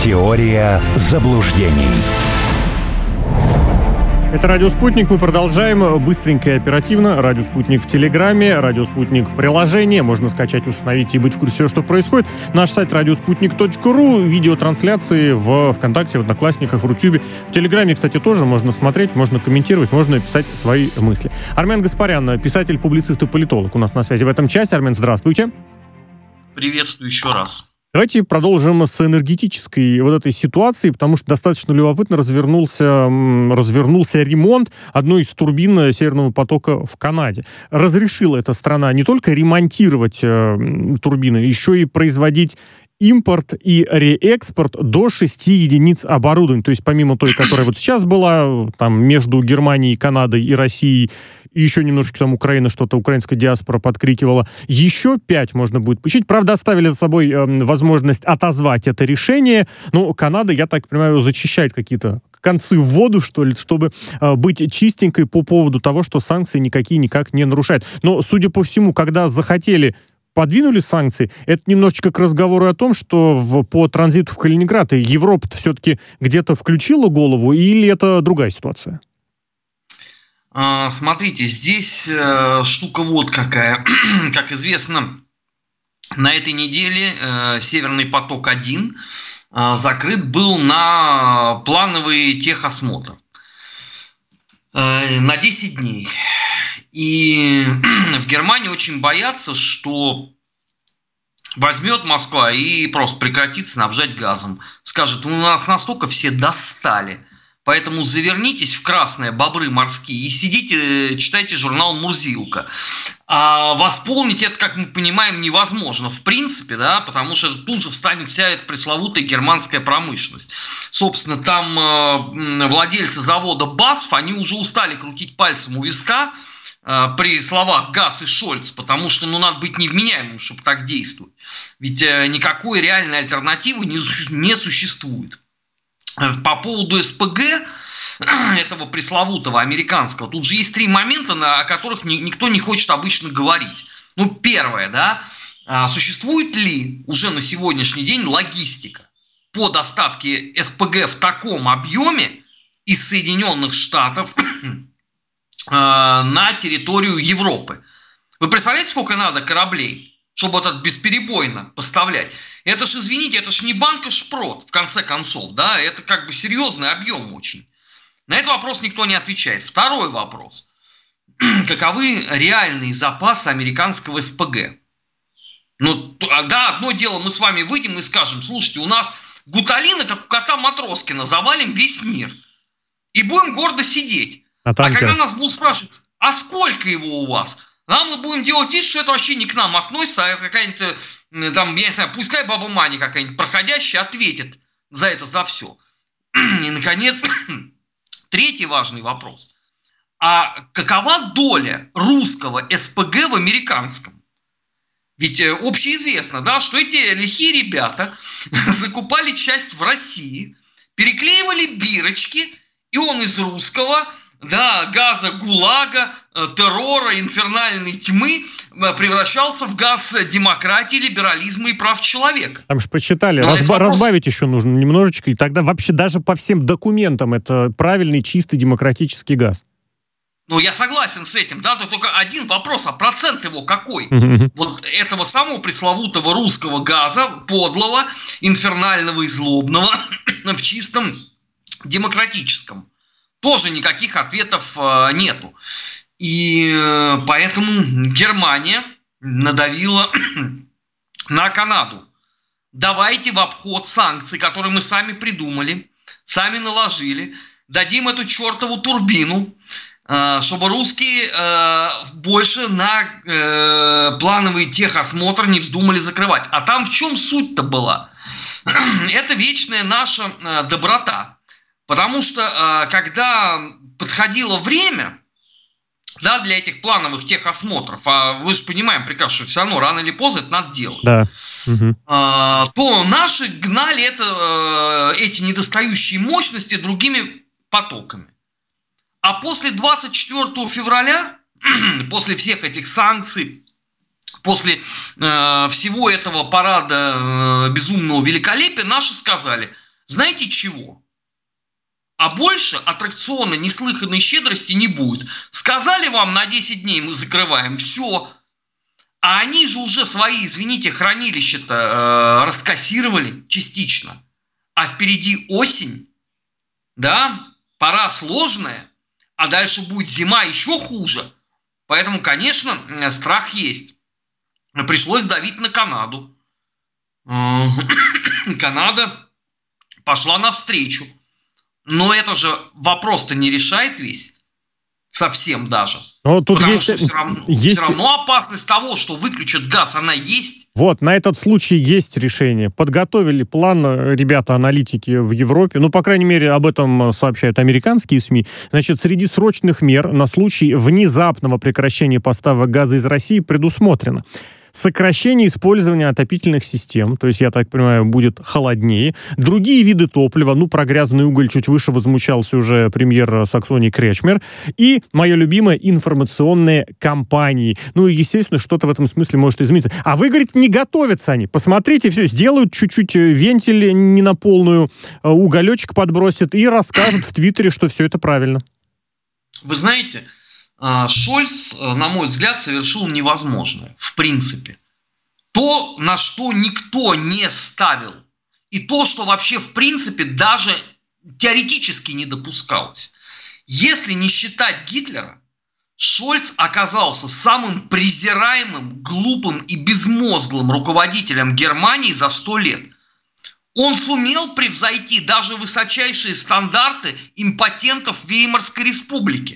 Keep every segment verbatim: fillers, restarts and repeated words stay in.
Теория заблуждений. Это «Радио Спутник». Мы продолжаем быстренько и оперативно. «Радио Спутник» в Телеграме, «Радио Спутник» приложение. Можно скачать, установить и быть в курсе всего, что происходит. Наш сайт радиоспутник точка ру. Видеотрансляции в ВКонтакте, в Одноклассниках, в Рутюбе. В Телеграме, кстати, тоже можно смотреть, можно комментировать, можно писать свои мысли. Армен Гаспарян, писатель, публицист и политолог, у нас на связи в этом часе. Армен, здравствуйте. Приветствую еще раз. Давайте продолжим с энергетической вот этой ситуации, потому что достаточно любопытно развернулся, развернулся ремонт одной из турбин Северного потока в Канаде. Разрешила эта страна не только ремонтировать э, турбины, еще и производить импорт и реэкспорт до шести единиц оборудования. То есть помимо той, которая вот сейчас была, там между Германией, Канадой и Россией, и еще немножечко там Украина, что-то украинская диаспора подкрикивала, еще пять можно будет получить. Правда, оставили за собой э, возможность отозвать это решение. Но Канада, я так понимаю, зачищает какие-то концы в воду, что ли, чтобы э, быть чистенькой по поводу того, что санкции никакие никак не нарушают. Но, судя по всему, когда захотели подвинули санкции, это немножечко к разговору о том, что в, по транзиту в Калининград Европа все-таки где-то включила голову, или это другая ситуация? А, смотрите, здесь э, штука вот какая. Как известно, на этой неделе э, Северный поток-один э, закрыт был на плановый техосмотр э, на десять дней. И в Германии очень боятся, что возьмет Москва и просто прекратит снабжать газом. Скажет, у нас настолько все достали, поэтому завернитесь в красные бобры морские и сидите, читайте журнал «Мурзилка». А восполнить это, как мы понимаем, невозможно в принципе, да, потому что тут же встанет вся эта пресловутая германская промышленность. Собственно, там э, владельцы завода БАСФ, они уже устали крутить пальцем у виска при словах Гасс и Шольц, потому что ну, надо быть невменяемым, чтобы так действовать. Ведь э, никакой реальной альтернативы не, не существует. По поводу СПГ, этого пресловутого американского, тут же есть три момента, на, о которых ни, никто не хочет обычно говорить. Ну, первое, да, существует ли уже на сегодняшний день логистика по доставке СПГ в таком объеме из Соединенных Штатов на территорию Европы? Вы представляете, сколько надо кораблей, чтобы этот бесперебойно поставлять? Это ж, извините, это ж не банка шпрот, в конце концов, да, это как бы серьезный объем очень. На этот вопрос никто не отвечает. Второй вопрос. Каковы реальные запасы американского СПГ? Ну, да, одно дело, мы с вами выйдем и скажем, слушайте, у нас гуталина, как у кота Матроскина, завалим весь мир. И будем гордо сидеть. А, а когда нас будут спрашивать, а сколько его у вас? Нам мы будем делать вид, что это вообще не к нам относится, а это какая-нибудь, там, я не знаю, пускай баба Маня какая-нибудь проходящая ответит за это, за все. И, наконец, третий важный вопрос. А какова доля русского СПГ в американском? Ведь общеизвестно, да, что эти лихие ребята закупали часть в России, переклеивали бирочки, и он из русского... Да, газа ГУЛАГа, террора, инфернальной тьмы превращался в газ демократии, либерализма и прав человека. Там же почитали. Разба- вопрос... Разбавить еще нужно немножечко, и тогда вообще даже по всем документам это правильный, чистый демократический газ. Ну, я согласен с этим, да, но только один вопрос, а процент его какой? Mm-hmm. Вот этого самого пресловутого русского газа, подлого, инфернального и злобного, в чистом демократическом. Тоже никаких ответов э, нету. И э, поэтому Германия надавила на Канаду. Давайте в обход санкций, которые мы сами придумали, сами наложили, дадим эту чертову турбину, э, чтобы русские э, больше на э, плановый техосмотр не вздумали закрывать. А там в чем суть-то была? Это вечная наша э, доброта. Потому что, когда подходило время, да, для этих плановых техосмотров, а вы же понимаем прекрасно, что все равно рано или поздно это надо делать, да. Угу. То наши гнали это, эти недостающие мощности другими потоками. А после двадцать четвёртого февраля, после всех этих санкций, после э, всего этого парада э, безумного великолепия, наши сказали: Знаете чего? А больше аттракциона неслыханной щедрости не будет. Сказали вам, на десять дней мы закрываем, все. А они же уже свои, извините, хранилища-то э, раскассировали частично. А впереди осень, да, пора сложная, а дальше будет зима еще хуже. Поэтому, конечно, страх есть. Пришлось давить на Канаду. Канада пошла навстречу. Но это же вопрос-то не решает весь. Совсем даже. Но тут Потому есть, что все равно, есть... все равно опасность того, что выключат газ, она есть. Вот, на этот случай есть решение. Подготовили план ребята-аналитики в Европе. Ну, по крайней мере, об этом сообщают американские СМИ. Значит, среди срочных мер на случай внезапного прекращения поставок газа из России предусмотрено сокращение использования отопительных систем, то есть, я так понимаю, будет холоднее. Другие виды топлива, ну, про грязный уголь чуть выше возмущался уже премьер Саксонии Кречмер. И, мое любимое, информационные кампании. Ну, и, естественно, что-то в этом смысле может измениться. А вы, говорите, не готовятся они. Посмотрите, все, сделают чуть-чуть вентиль не на полную, уголечек подбросят и расскажут в Твиттере, что все это правильно. Вы знаете... Шольц, на мой взгляд, совершил невозможное, в принципе. То, на что никто не ставил, и то, что вообще, в принципе, даже теоретически не допускалось. Если не считать Гитлера, Шольц оказался самым презираемым, глупым и безмозглым руководителем Германии за сто лет. Он сумел превзойти даже высочайшие стандарты импотентов Веймарской республики.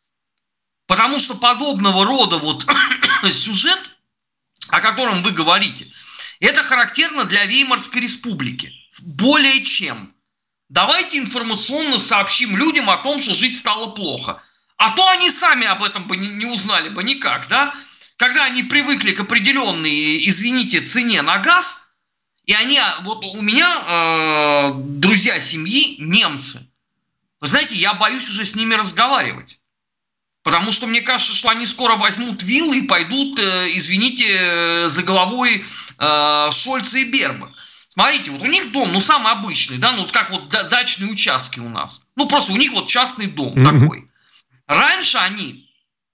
Потому что подобного рода вот сюжет, о котором вы говорите, это характерно для Веймарской республики. Более чем. Давайте информационно сообщим людям о том, что жить стало плохо. А то они сами об этом бы не, не узнали бы никак, да? Когда они привыкли к определенной, извините, цене на газ, и они, вот у меня э, друзья семьи немцы. Вы знаете, я боюсь уже с ними разговаривать. Потому что мне кажется, что они скоро возьмут виллы и пойдут, извините, за головой Шольца и Бербак. Смотрите, вот у них дом, ну, самый обычный, да, ну, вот как вот дачные участки у нас. Ну, просто у них вот частный дом mm-hmm. такой. Раньше они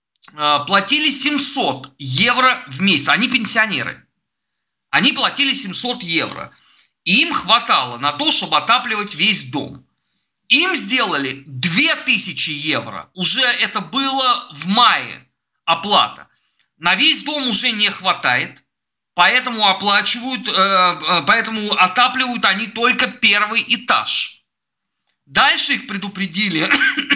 платили семьсот евро в месяц. Они пенсионеры. Они платили семьсот евро. И им хватало на то, чтобы отапливать весь дом. Им сделали две тысячи евро. Уже это было в мае оплата. На весь дом уже не хватает. Поэтому оплачивают, э, поэтому отапливают они только первый этаж. Дальше их предупредили,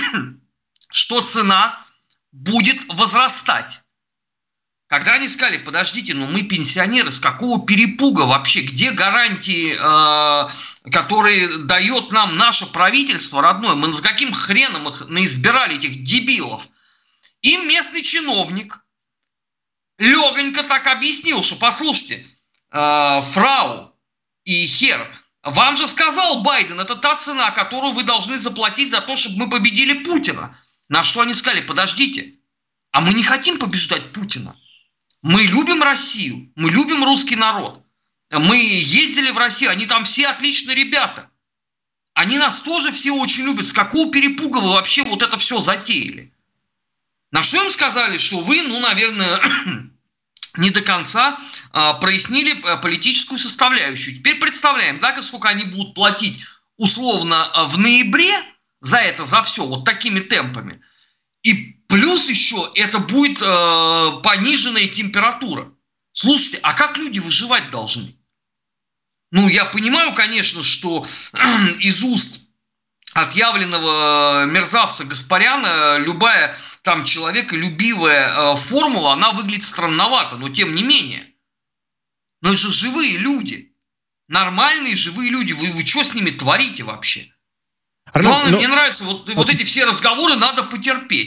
что цена будет возрастать. Когда они сказали, подождите, ну мы пенсионеры, с какого перепуга вообще, где гарантии, э, которые дает нам наше правительство родное, мы с каким хреном их наизбирали, этих дебилов? Им местный чиновник легонько так объяснил, что послушайте, э, фрау и хер, вам же сказал Байден, это та цена, которую вы должны заплатить за то, чтобы мы победили Путина. На что они сказали, подождите, а мы не хотим побеждать Путина. Мы любим Россию, мы любим русский народ. Мы ездили в Россию, они там все отличные ребята. Они нас тоже все очень любят. С какого перепуга вы вообще вот это все затеяли? На что им сказали, что вы, ну, наверное, не до конца а, прояснили политическую составляющую. Теперь представляем, да, сколько они будут платить условно в ноябре за это, за все, вот такими темпами. И плюс еще это будет э, пониженная температура. Слушайте, а как люди выживать должны? Ну, я понимаю, конечно, что из уст отъявленного мерзавца Гаспаряна любая там человеколюбивая э, формула, она выглядит странновато, но тем не менее. Но это же живые люди. Нормальные живые люди. Вы, вы что с ними творите вообще? Армен, Главное, но... мне нравится, вот, вот эти все разговоры надо потерпеть.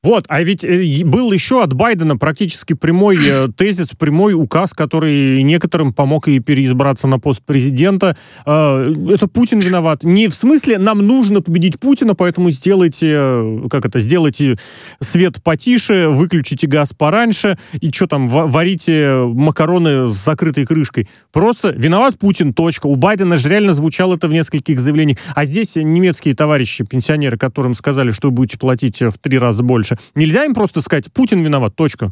Вот, а ведь был еще от Байдена практически прямой тезис, прямой указ, который некоторым помог и переизбраться на пост президента. Это Путин виноват. Не в смысле, нам нужно победить Путина, поэтому сделайте, как это, сделайте свет потише, выключите газ пораньше, и что там, варите макароны с закрытой крышкой. Просто виноват Путин, точка. У Байдена же реально звучало это в нескольких заявлениях. А здесь немецкие товарищи, пенсионеры, которым сказали, что вы будете платить в три раза больше, нельзя им просто сказать, Путин виноват, точка?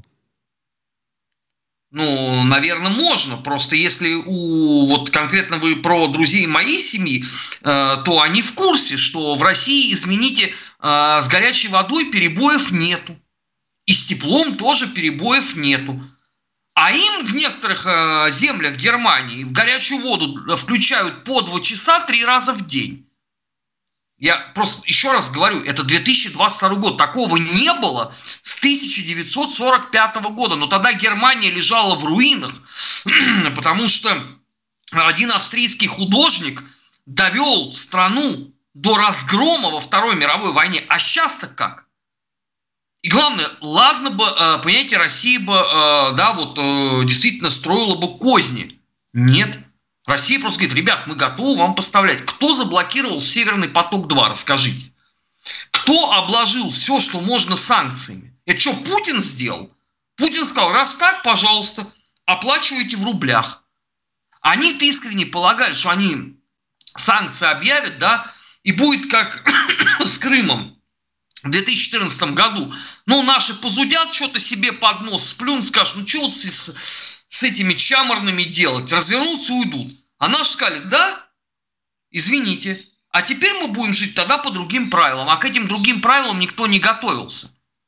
Ну, наверное, можно. Просто если у, вот конкретно вы про друзей моей семьи, э, то они в курсе, что в России, извините, э, с горячей водой перебоев нету. И с теплом тоже перебоев нету. А им в некоторых э, землях Германии в горячую воду включают по два часа три раза в день. Я просто еще раз говорю, это две тысячи двадцать второй год. Такого не было с тысяча девятьсот сорок пятого года. Но тогда Германия лежала в руинах, потому что один австрийский художник довел страну до разгрома во Второй мировой войне. А сейчас-то как? И главное, ладно бы, понимаете, Россия бы, да, вот действительно строила бы козни. Нет. Россия просто говорит, ребят, мы готовы вам поставлять. Кто заблокировал Северный поток-два, расскажите. Кто обложил все, что можно, санкциями? Это что, Путин сделал? Путин сказал, раз так, пожалуйста, оплачивайте в рублях. Они-то искренне полагали, что они санкции объявят, да, и будет как с Крымом в две тысячи четырнадцатом году. Ну, наши позудят что-то себе под нос, сплюнут, скажут, ну, что вот с, с этими чаморными делать? Развернутся и уйдут. А наши сказали, да, извините, а теперь мы будем жить тогда по другим правилам. А к этим другим правилам никто не готовился.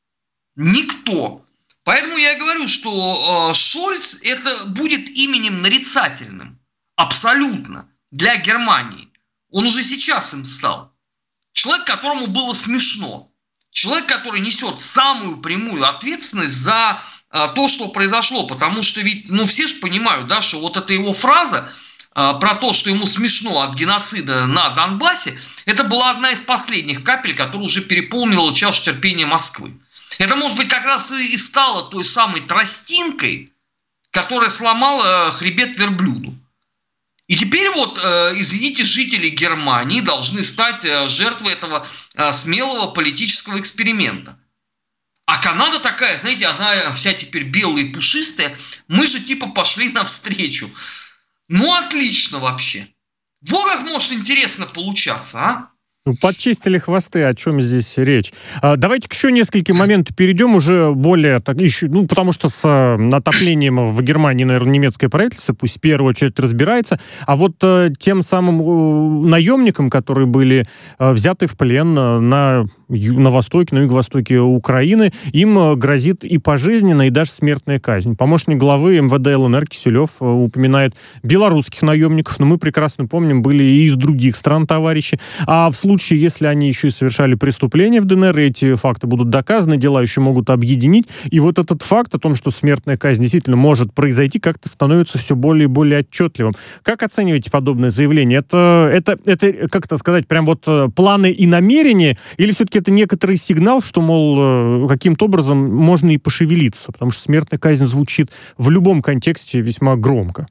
Никто. Поэтому я и говорю, что э, Шольц это будет именем нарицательным. Абсолютно. Для Германии. Он уже сейчас им стал. Человек, которому было смешно. Человек, который несет самую прямую ответственность за э, то, что произошло. Потому что ведь, ну, все же понимают, да, что вот эта его фраза э, про то, что ему смешно от геноцида на Донбассе, это была одна из последних капель, которая уже переполнила чашу терпения Москвы. Это, может быть, как раз и стало той самой тростинкой, которая сломала хребет верблюду. И теперь вот, извините, жители Германии должны стать жертвой этого смелого политического эксперимента. А Канада такая, знаете, она вся теперь белая и пушистая. Мы же типа пошли навстречу. Ну, отлично вообще. Вот как может интересно получаться, а? Ну, подчистили хвосты, о чем здесь речь. А, давайте к еще нескольким моментам перейдем, уже более, так, еще, ну, потому что с а, отоплением в Германии, наверное, немецкое правительство пусть в первую очередь разбирается, а вот а, тем самым а, наемникам, которые были а, взяты в плен а, на, на востоке, на юго-востоке Украины, им а, грозит и пожизненная, и даже смертная казнь. Помощник главы эм вэ дэ эл эн эр Киселев а, упоминает белорусских наемников, но мы прекрасно помним, были и из других стран товарищи. А в случае В случае, если они еще и совершали преступления в дэ эн эр, эти факты будут доказаны, дела еще могут объединить. И вот этот факт о том, что смертная казнь действительно может произойти, как-то становится все более и более отчетливым. Как оцениваете подобное заявление? Это, это, это как это сказать, прям вот планы и намерения? Или все-таки это некоторый сигнал, что, мол, каким-то образом можно и пошевелиться? Потому что смертная казнь звучит в любом контексте весьма громко.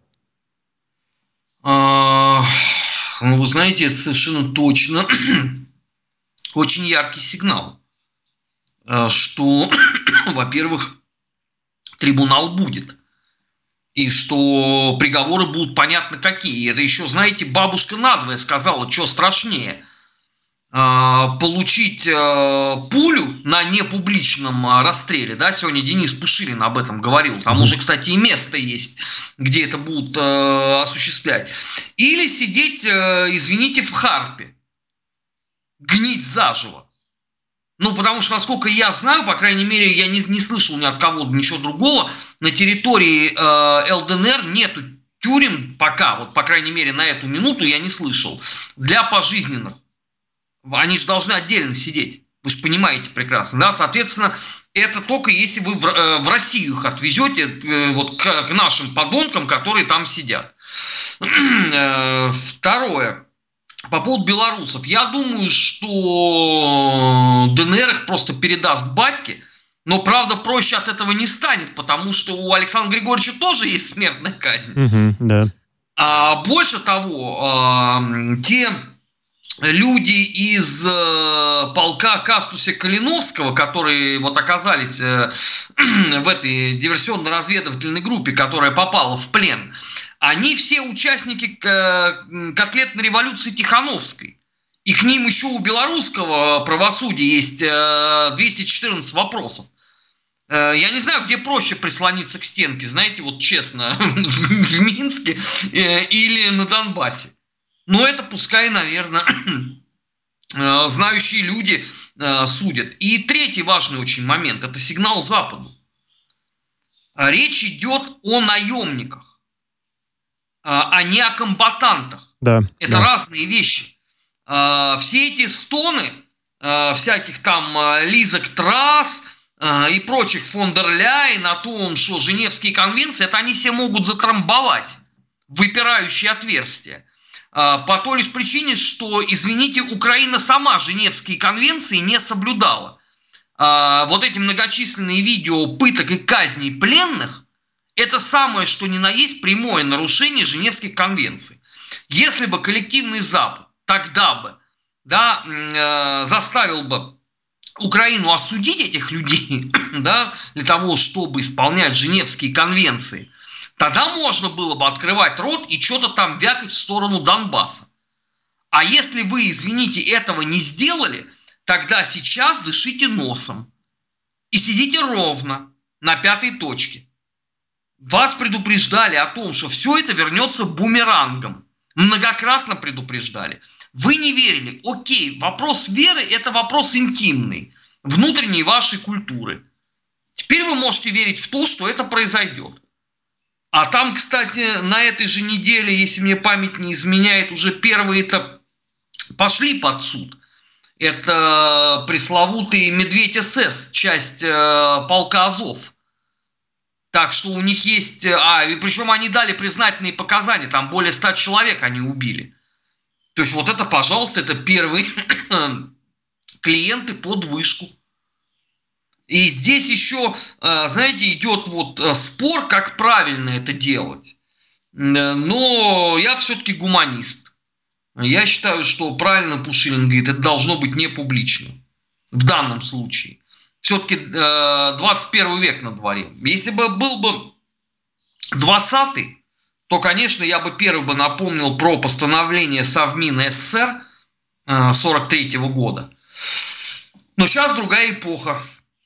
Ну, вы знаете, это совершенно точно очень яркий сигнал, что, во-первых, трибунал будет, и что приговоры будут понятно какие. И это еще, знаете, бабушка надвое сказала, что страшнее. Получить пулю на непубличном расстреле, да, сегодня Денис Пушилин об этом говорил, там уже, кстати, и место есть, где это будут осуществлять, или сидеть, извините, в Харпе, гнить заживо. Ну, потому что, насколько я знаю, по крайней мере, я не, не слышал ни от кого ничего другого, на территории эл дэ эн эр нету тюрем пока, вот, по крайней мере, на эту минуту я не слышал, для пожизненных. Они же должны отдельно сидеть. Вы же понимаете прекрасно. Да? Соответственно, это только если вы в, э, в Россию их отвезете э, вот, к, к нашим подонкам, которые там сидят. Второе. по поводу белорусов. Я думаю, что ДНР их просто передаст батьке, но, правда, проще от этого не станет, потому что у Александра Григорьевича тоже есть смертная казнь. Угу, да. А, больше того, а, те люди из а, полка Кастуся Калиновского, которые вот оказались а, в этой диверсионно-разведывательной группе, которая попала в плен, они все участники а, котлетной революции Тихановской. И к ним еще у белорусского правосудия есть а, двести четырнадцать вопросов. Я не знаю, где проще прислониться к стенке, знаете, вот честно, в Минске или на Донбассе. Но это пускай, наверное, знающие люди судят. И третий важный очень момент – это сигнал Западу. Речь идет о наемниках, а не о комбатантах. Да, это да. разные вещи. Все эти стоны всяких там Лизок Трасс и прочих фон дер Ляйен о том, что Женевские конвенции, это они все могут затрамбовать в выпирающие отверстия. По той лишь причине, что, извините, Украина сама Женевские конвенции не соблюдала. Вот эти многочисленные видео пыток и казней пленных, это самое, что ни на есть прямое нарушение Женевских конвенций. Если бы коллективный Запад тогда бы, да, заставил бы Украину осудить этих людей, да, для того, чтобы исполнять Женевские конвенции, тогда можно было бы открывать рот и что-то там вякать в сторону Донбасса. А если вы, извините, этого не сделали, тогда сейчас дышите носом и сидите ровно на пятой точке. Вас предупреждали о том, что все это вернется бумерангом. Многократно предупреждали. Вы не верили. Окей, вопрос веры – это вопрос интимный, внутренней вашей культуры. Теперь вы можете верить в то, что это произойдет. А там, кстати, на этой же неделе, если мне память не изменяет, уже первые-то пошли под суд. Это пресловутый Медведь СС, часть э, полка Азов. Так что у них есть... А, и причем они дали признательные показания, там более ста человек они убили. То есть вот это, пожалуйста, это первые клиенты под вышку. И здесь еще, знаете, идет вот спор, как правильно это делать. Но я все-таки гуманист. Я считаю, что правильно Пушилин говорит, это должно быть не публично. В данном случае. Все-таки двадцать первый век на дворе. Если бы был бы двадцатый, то, конечно, я бы первый бы напомнил про постановление Совмина СССР сорок третьего года. Но сейчас другая эпоха.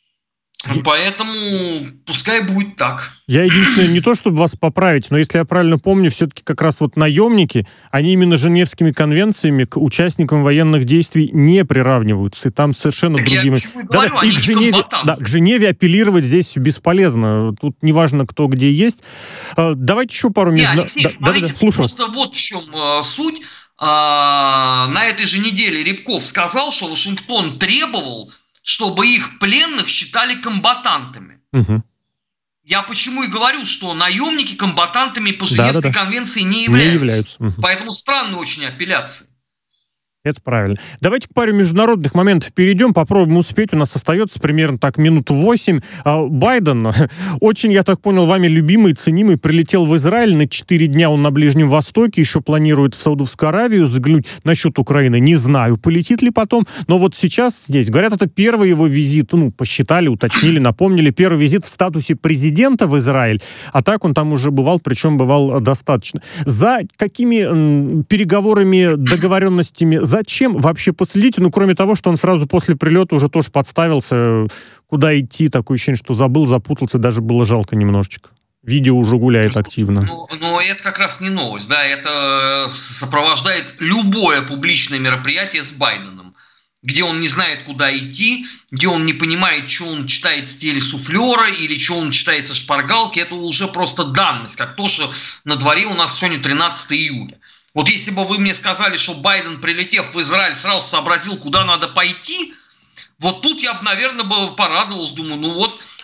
Поэтому пускай будет так. Я единственное, не то чтобы вас поправить, но если я правильно помню, все-таки как раз вот наемники, они именно Женевскими конвенциями к участникам военных действий не приравниваются. И там совершенно так другие... Я да, говорю, да, и к Женеве, да, к Женеве апеллировать здесь бесполезно. Тут неважно, кто где есть. Давайте еще пару минут. Не, Алексей, да, смотрите, да, да, слушаю. Просто вот в чем э, суть. Э, на этой же неделе Рябков сказал, что Вашингтон требовал, чтобы их пленных считали комбатантами. Угу. Я почему и говорю, что наемники комбатантами по Женевской да, да, да. конвенции не являются. Не являются. Угу. Поэтому странные очень апелляции. Это правильно. Давайте к паре международных моментов перейдем, попробуем успеть. У нас остается примерно так минут восемь. Байден, очень, я так понял, вами любимый, ценимый, прилетел в Израиль. На четыре дня он на Ближнем Востоке, еще планирует в Саудовскую Аравию заглянуть. Насчет Украины не знаю, полетит ли потом. Но вот сейчас здесь, говорят, это первый его визит. Ну, посчитали, уточнили, напомнили. Первый визит в статусе президента в Израиль. А так он там уже бывал, причем бывал достаточно. За какими м, переговорами, договоренностями, зачем вообще последите? Ну, кроме того, что он сразу после прилета уже тоже подставился, куда идти. Такое ощущение, что забыл, запутался, даже было жалко немножечко. Видео уже гуляет активно. Ну, но это как раз не новость, да, это сопровождает любое публичное мероприятие с Байденом, где он не знает, куда идти, где он не понимает, что он читает в стиле суфлера или что он читает со шпаргалки. Это уже просто данность, как то, что на дворе у нас сегодня тринадцатое июля. Вот если бы вы мне сказали, что Байден, прилетев в Израиль, сразу сообразил, куда надо пойти, вот тут я бы, наверное, бы порадовался, думаю, ну вот,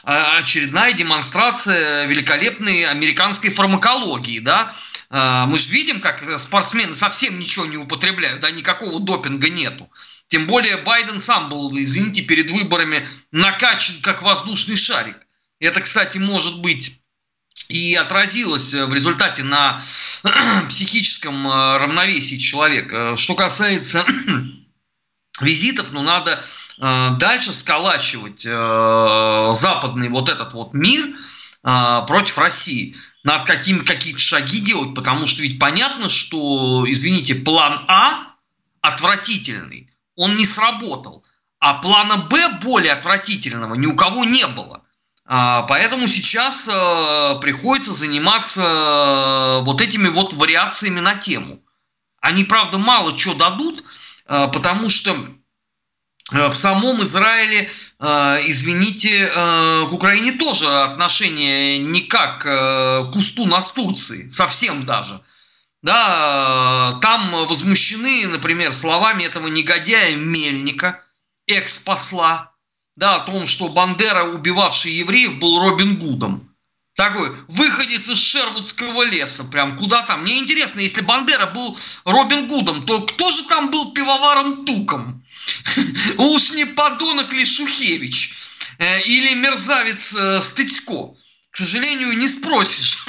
очередная демонстрация великолепной американской фармакологии, да. Мы же видим, как спортсмены совсем ничего не употребляют, да, никакого допинга нету. Тем более Байден сам был, извините, перед выборами накачан как воздушный шарик. Это, кстати, может быть и отразилось в результате на психическом равновесии человека. Что касается визитов, ну, надо дальше сколачивать западный вот этот вот мир против России. Надо каким, какие-то шаги делать, потому что ведь понятно, что, извините, план А отвратительный, он не сработал, а плана Б более отвратительного ни у кого не было. Поэтому сейчас приходится заниматься вот этими вот вариациями на тему. Они, правда, мало что дадут, потому что в самом Израиле, извините, к Украине тоже отношение не как к кусту нас Турции, совсем даже. Да, там возмущены, например, словами этого негодяя Мельника, экс-посла, да, о том, что Бандера, убивавший евреев, был Робин Гудом. Такой выходец из Шервудского леса, прям куда там. Мне интересно, если Бандера был Робин Гудом, то кто же там был пивоваром Туком? Уж не подонок ли Шухевич? Или мерзавец Стыцко? К сожалению, не спросишь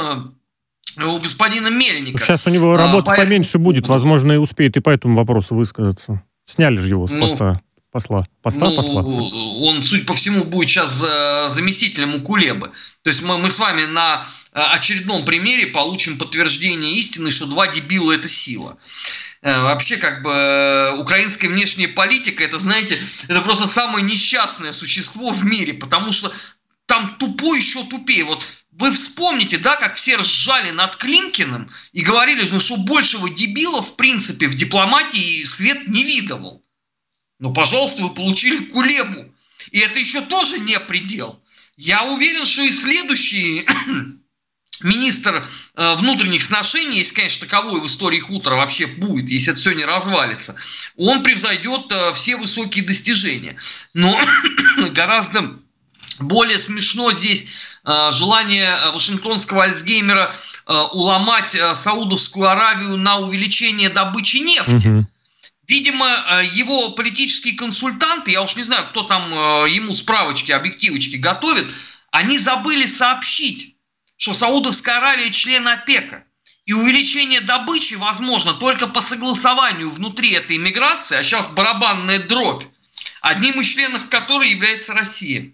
у господина Мельника. Сейчас у него работы а, поменьше поэтому... будет, возможно, и успеет и по этому вопросу высказаться. Сняли же его с поста. Ну, посла. Поста, ну, посла. Он, судя по всему, будет сейчас заместителем у Кулебы. То есть мы, мы с вами на очередном примере получим подтверждение истины, что два дебила – это сила. Вообще, как бы, украинская внешняя политика, это, знаете, это просто самое несчастное существо в мире, потому что там тупой еще тупее. Вот вы вспомните, да, как все ржали над Климкиным и говорили, ну, что большего дебила, в принципе, в дипломатии свет не видывал. Ну, пожалуйста, вы получили Кулебу. И это еще тоже не предел. Я уверен, что и следующий министр э, внутренних сношений, если, конечно, таковой в истории хутора вообще будет, если это все не развалится, он превзойдет э, все высокие достижения. Но гораздо более смешно здесь э, желание вашингтонского Альцгеймера э, уломать э, Саудовскую Аравию на увеличение добычи нефти. Угу. Видимо, его политические консультанты, я уж не знаю, кто там ему справочки, объективочки готовит, они забыли сообщить, что Саудовская Аравия член ОПЕКа. И увеличение добычи возможно только по согласованию внутри этой миграции, а сейчас барабанная дробь, одним из членов которой является Россия.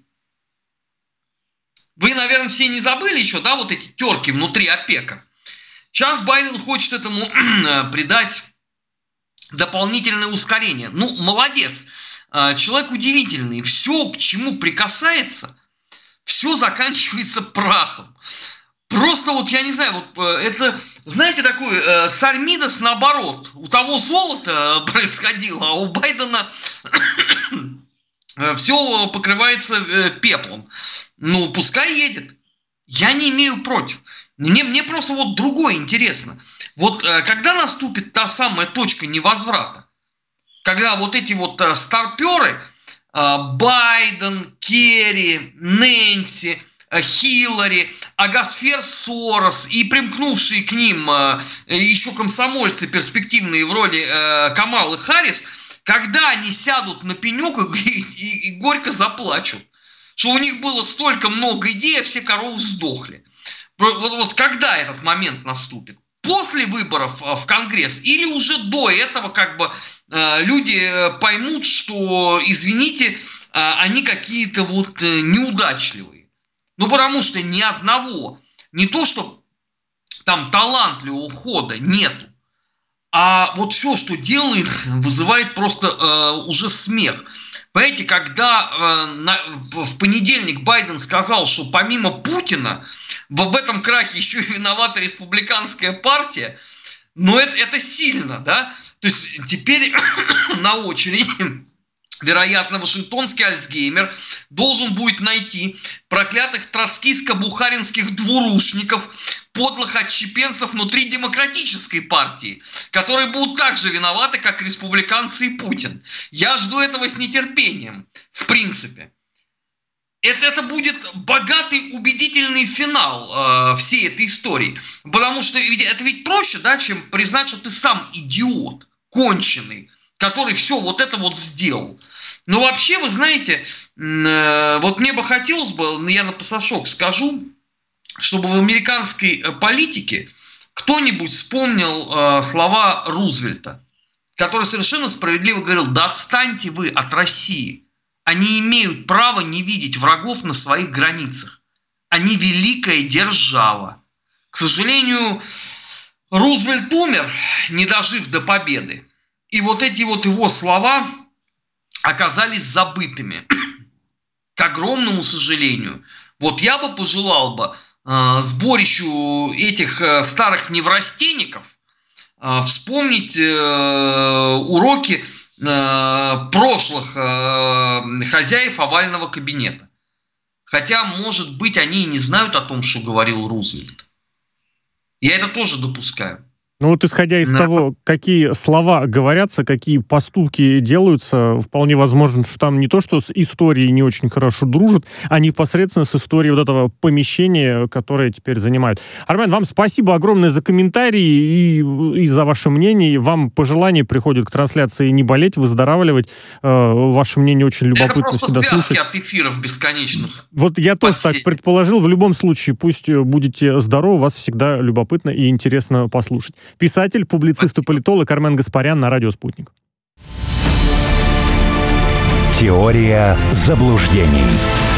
Вы, наверное, все не забыли еще, да, вот эти терки внутри ОПЕКа. Сейчас Байден хочет этому придать дополнительное ускорение. Ну, молодец. Человек удивительный. Все, к чему прикасается, все заканчивается прахом. Просто вот, я не знаю, вот это, знаете, такой царь Мидас наоборот. У того золото происходило, а у Байдена все покрывается пеплом. Ну, пускай едет. Я не имею против. Мне, мне просто вот другое интересно. Вот э, когда наступит та самая точка невозврата, когда вот эти вот э, старперы, э, Байден, Керри, Нэнси, э, Хиллари, Агасфер Сорос и примкнувшие к ним э, еще комсомольцы перспективные вроде э, Камалы Харрис, когда они сядут на пенек и, и, и горько заплачут, что у них было столько много идей, а все коровы сдохли. Вот, вот когда этот момент наступит? После выборов в Конгресс или уже до этого как бы люди поймут, что, извините, они какие-то вот неудачливые. Ну, потому что ни одного, не то, что там талантливого хода нету, а вот все, что делает, вызывает просто э, уже смех. Понимаете, когда э, на, в понедельник Байден сказал, что помимо Путина в, в этом крахе еще и виновата республиканская партия, но это, это сильно, да? То есть теперь на очереди, вероятно, вашингтонский Альцгеймер должен будет найти проклятых троцкистско-бухаринских двурушников, подлых отщепенцев внутри демократической партии, которые будут так же виноваты, как республиканцы и Путин. Я жду этого с нетерпением, в принципе. Это, это будет богатый, убедительный финал э, всей этой истории. Потому что ведь, это ведь проще, да, чем признать, что ты сам идиот, конченый, который все вот это вот сделал. Но вообще, вы знаете, э, вот мне бы хотелось бы, я на пасашок скажу, чтобы в американской политике кто-нибудь вспомнил э, слова Рузвельта, который совершенно справедливо говорил: да отстаньте вы от России. Они имеют право не видеть врагов на своих границах. Они великая держава. К сожалению, Рузвельт умер, не дожив до победы. И вот эти вот его слова оказались забытыми. К огромному сожалению. Вот я бы пожелал бы э, сборищу этих э, старых неврастенников э, вспомнить э, уроки прошлых э, хозяев овального кабинета. Хотя, может быть, они и не знают о том, что говорил Рузвельт. Я это тоже допускаю. Ну вот исходя из да. того, какие слова говорятся, какие поступки делаются, вполне возможно, что там не то, что с историей не очень хорошо дружат, а непосредственно с историей вот этого помещения, которое теперь занимают. Армен, вам спасибо огромное за комментарии и, и за ваше мнение. Вам пожелания приходят к трансляции не болеть, выздоравливать. Э, ваше мнение очень любопытно Это всегда просто слушать. от эфиров бесконечных. Вот я тоже так предположил. В любом случае, пусть будете здоровы, вас всегда любопытно и интересно послушать. Писатель, публицист и политолог Армен Гаспарян на радио «Спутник». Теория заблуждений.